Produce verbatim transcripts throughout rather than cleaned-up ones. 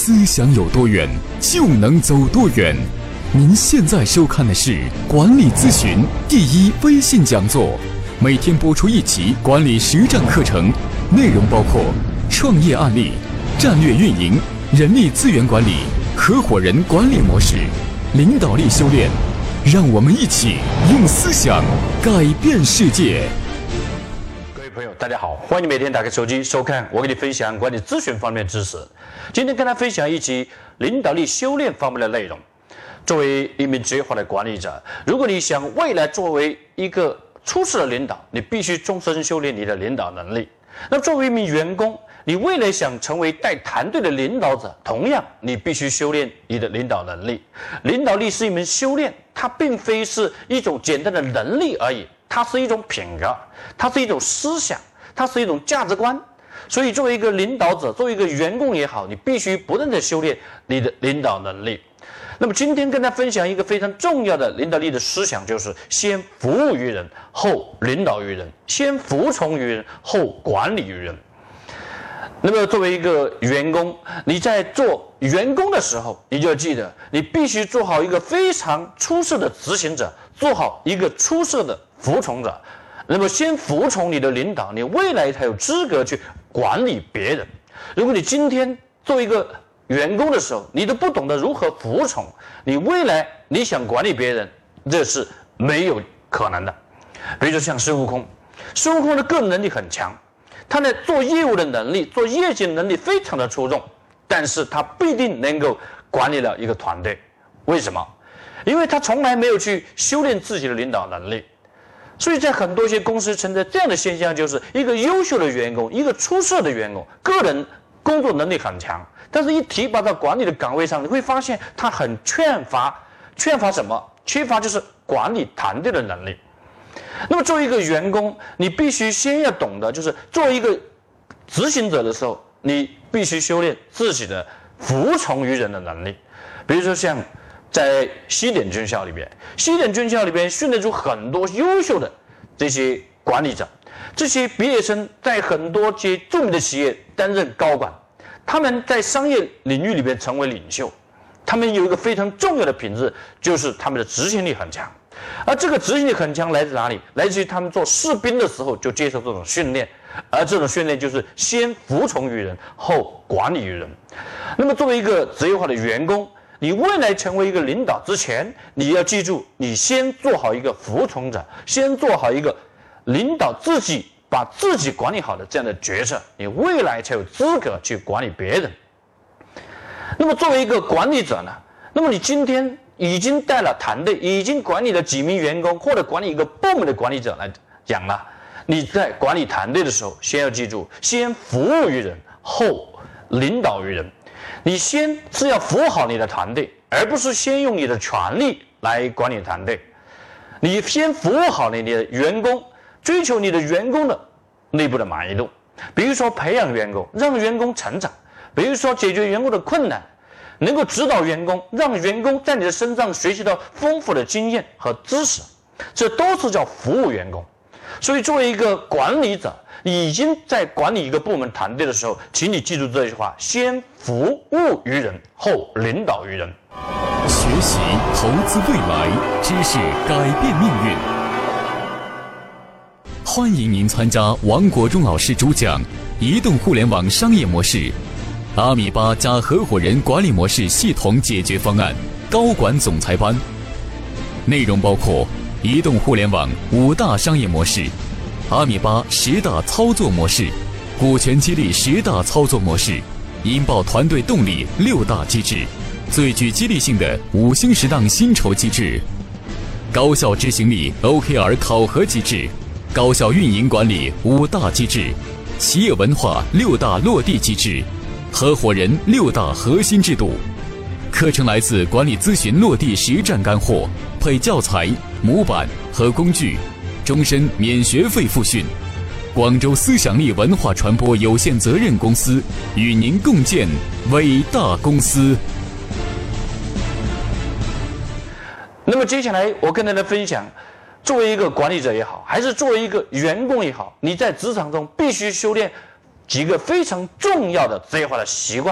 思想有多远，就能走多远。您现在收看的是管理咨询第一微信讲座，每天播出一期管理实战课程，内容包括创业案例、战略运营、人力资源管理、合伙人管理模式、领导力修炼。让我们一起用思想改变世界。 各位朋友，大家好，欢迎每天打开手机收看我给你分享管理咨询方面的知识。今天跟大家分享一期领导力修炼方面的内容。作为一名职业化的管理者，如果你想未来作为一个出色的领导，你必须终身修炼你的领导能力。那么作为一名员工，你未来想成为带团队的领导者，同样你必须修炼你的领导能力。领导力是一门修炼，它并非是一种简单的能力而已，它是一种品格，它是一种思想，它是一种价值观。所以作为一个领导者，作为一个员工也好，你必须不断的修炼你的领导能力。那么今天跟大家分享一个非常重要的领导力的思想，就是先服务于人，后领导于人；先服从于人，后管理于人。那么作为一个员工，你在做员工的时候，你就要记得，你必须做好一个非常出色的执行者，做好一个出色的服从者。那么先服从你的领导，你未来才有资格去管理别人。如果你今天做一个员工的时候，你都不懂得如何服从，你未来你想管理别人，这是没有可能的。比如说像孙悟空，孙悟空的个人能力很强，他的做业务的能力、做业绩的能力非常的出众，但是他不一定能够管理了一个团队。为什么？因为他从来没有去修炼自己的领导能力。所以在很多些公司存在这样的现象，就是一个优秀的员工，一个出色的员工，个人工作能力很强，但是一提拔到管理的岗位上，你会发现他很缺乏缺乏什么？缺乏就是管理团队的能力。那么作为一个员工，你必须先要懂得，就是作为一个执行者的时候，你必须修炼自己的服从于人的能力。比如说像在西点军校里边，西点军校里边训练出很多优秀的这些管理者，这些毕业生在很多些著名的企业担任高管，他们在商业领域里边成为领袖。他们有一个非常重要的品质，就是他们的执行力很强。而这个执行力很强来自哪里？来自于他们做士兵的时候就接受这种训练，而这种训练就是先服从于人，后管理于人。那么作为一个职业化的员工，你未来成为一个领导之前，你要记住，你先做好一个服从者，先做好一个领导自己，把自己管理好的这样的角色，你未来才有资格去管理别人。那么作为一个管理者呢，那么你今天已经带了团队，已经管理了几名员工，或者管理一个部门的管理者来讲了，你在管理团队的时候，先要记住，先服务于人，后领导于人。你先是要服务好你的团队，而不是先用你的权力来管理团队。你先服务好你的员工，追求你的员工的内部的满意度。比如说培养员工，让员工成长；比如说解决员工的困难，能够指导员工，让员工在你的身上学习到丰富的经验和知识，这都是叫服务员工。所以作为一个管理者，已经在管理一个部门团队的时候，请你记住这句话：先服务于人，后领导于人。 学习投资未来，知识改变命运。欢迎您参加王国忠老师主讲移动互联网商业模式阿米巴加合伙人管理模式系统解决方案高管总裁班。内容包括移动互联网五大商业模式、阿米巴十大操作模式、股权激励十大操作模式、引爆团队动力六大机制、最具激励性的五星十档薪酬机制、高效执行力 O K R 考核机制、高效运营管理五大机制、企业文化六大落地机制、合伙人六大核心制度。课程来自管理咨询落地实战干货，配教材、模板和工具，终身免学费复训。广州思想力文化传播有限责任公司与您共建伟大公司。 那么接下来我跟大家分享，作为一个管理者也好，还是作为一个员工也好，你在职场中必须修炼几个非常重要的职业化的习惯，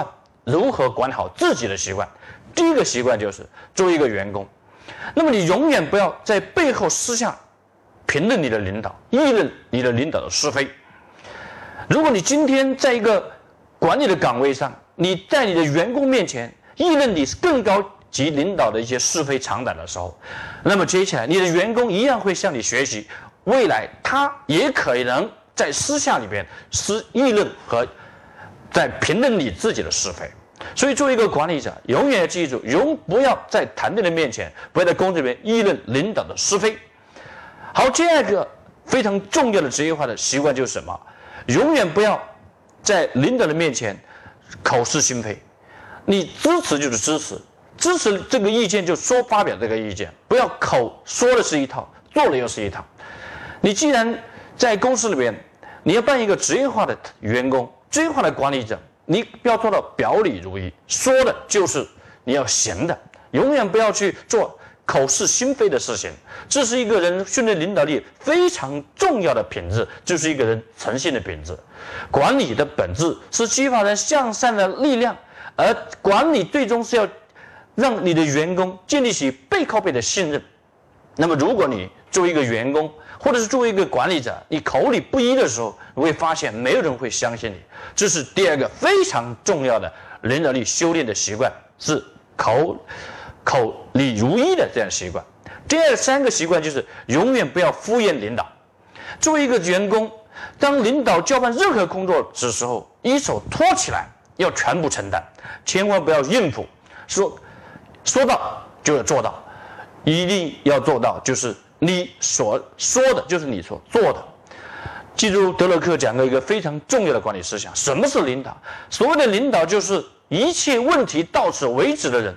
如何管好自己的习惯。第一个习惯就是作为一个员工，那么你永远不要在背后私下评论你的领导，议论你的领导的是非。如果你今天在一个管理的岗位上，你在你的员工面前议论你更高级领导的一些是非长短的时候，那么接下来你的员工一样会向你学习，未来他也可能在私下里边是议论和在评论你自己的是非。所以作为一个管理者，永远要记住，永不要在团队的面前，不要在公司里面议论领导的是非。好，第二个非常重要的职业化的习惯就是什么？永远不要在领导的面前口是心非。你支持就是支持，支持这个意见就说发表这个意见，不要口说的是一套，做的又是一套。你既然在公司里面，你要扮一个职业化的员工，职业化的管理者，你不要做到表里如一，说的就是你要行的，永远不要去做口是心非的事情。这是一个人训练领导力非常重要的品质，就是一个人诚信的品质。管理的本质是激发人向善的力量，而管理最终是要让你的员工建立起背靠背的信任。那么如果你作为一个员工或者是作为一个管理者，你口里不一的时候，你会发现没有人会相信你。这是第二个非常重要的领导力修炼的习惯，是口口里如一的这样的习惯。第二三个习惯就是永远不要敷衍领导。作为一个员工，当领导交办任何工作的时候，一手托起来要全部承担，千万不要应付，说说到就要做到，一定要做到，就是你所说的就是你所做的。记住德勒克讲过一个非常重要的管理思想，什么是领导？所谓的领导就是一切问题到此为止的人。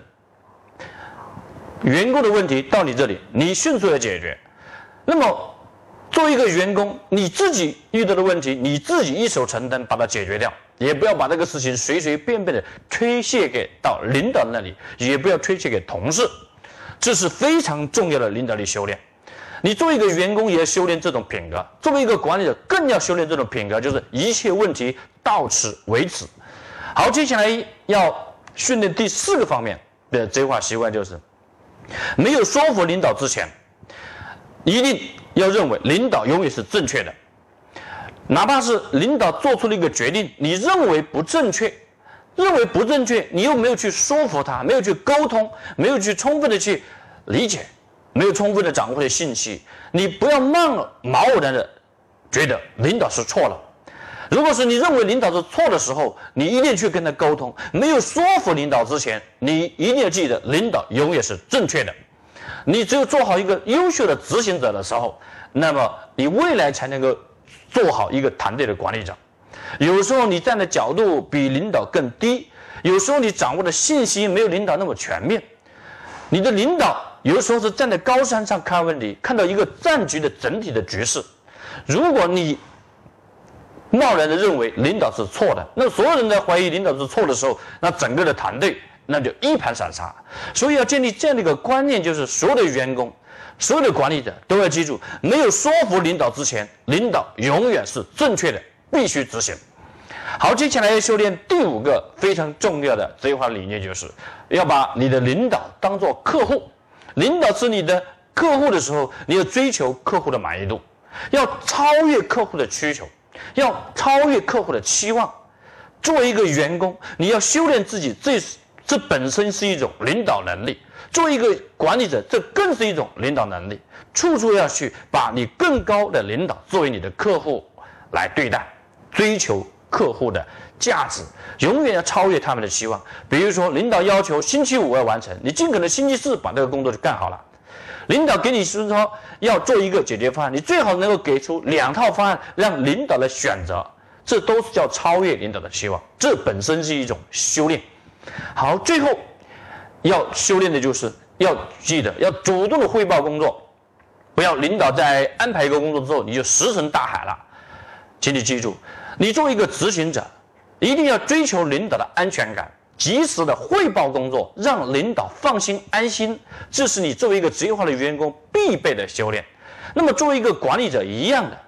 员工的问题到你这里，你迅速的解决。那么作为一个员工，你自己遇到的问题，你自己一手承担，把它解决掉，也不要把这个事情随随便便的推卸给到领导那里，也不要推卸给同事。这是非常重要的领导力修炼。你作为一个员工也要修炼这种品格，作为一个管理者更要修炼这种品格，就是一切问题到此为止。好，接下来要训练第四个方面的职业化习惯，就是没有说服领导之前，一定要认为领导永远是正确的。哪怕是领导做出了一个决定，你认为不正确，认为不正确，你又没有去说服他，没有去沟通，没有去充分的去理解，没有充分的掌握的信息，你不要贸贸然的觉得领导是错了。如果是你认为领导是错的时候，你一定去跟他沟通。没有说服领导之前，你一定要记得领导永远是正确的。你只有做好一个优秀的执行者的时候，那么你未来才能够做好一个团队的管理者。有时候你站的角度比领导更低，有时候你掌握的信息没有领导那么全面。你的领导有时候是站在高山上看问题，看到一个战局的整体的局势。如果你贸然的认为领导是错的，那所有人在怀疑领导是错的时候，那整个的团队那就一盘散沙。所以要建立这样的一个观念，就是所有的员工、所有的管理者都要记住，没有说服领导之前，领导永远是正确的，必须执行。好，接下来要修炼第五个非常重要的职业化理念，就是要把你的领导当作客户。领导是你的客户的时候，你要追求客户的满意度，要超越客户的需求，要超越客户的期望。作为一个员工，你要修炼自己，这这本身是一种领导能力。作为一个管理者，这更是一种领导能力。处处要去把你更高的领导作为你的客户来对待，追求客户的价值，永远要超越他们的期望。比如说，领导要求星期五要完成，你尽可能星期四把这个工作就干好了。领导给你是说要做一个解决方案，你最好能够给出两套方案让领导来选择，这都是叫超越领导的期望，这本身是一种修炼。好，最后要修炼的就是要记得要主动的汇报工作，不要领导在安排一个工作之后你就石沉大海了。请你记住，你作为一个执行者，一定要追求领导的安全感，及时的汇报工作，让领导放心安心，这是你作为一个职业化的员工必备的修炼。那么作为一个管理者一样的，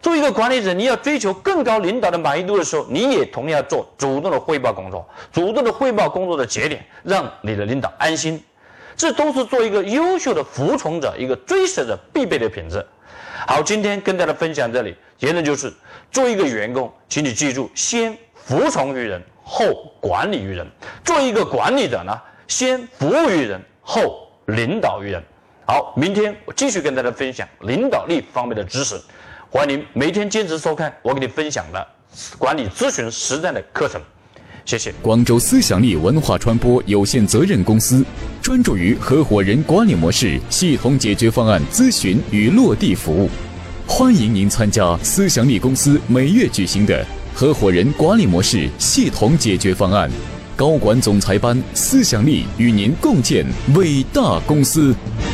作为一个管理者，你要追求更高领导的满意度的时候，你也同样做主动的汇报工作，主动的汇报工作的节点，让你的领导安心。这都是做一个优秀的服从者、一个追随者必备的品质。好，今天跟大家分享这里，结论就是，作为一个员工，请你记住，先服从于人，后管理于人；作为一个管理者呢，先服务于人，后领导于人。好，明天我继续跟大家分享领导力方面的知识，欢迎您每天坚持收看我给你分享的管理咨询实战的课程。谢谢。 广州思想力文化传播有限责任公司专注于合伙人管理模式系统解决方案咨询与落地服务，欢迎您参加思想力公司每月举行的合伙人管理模式系统解决方案高管总裁班，思想力与您共建伟大公司。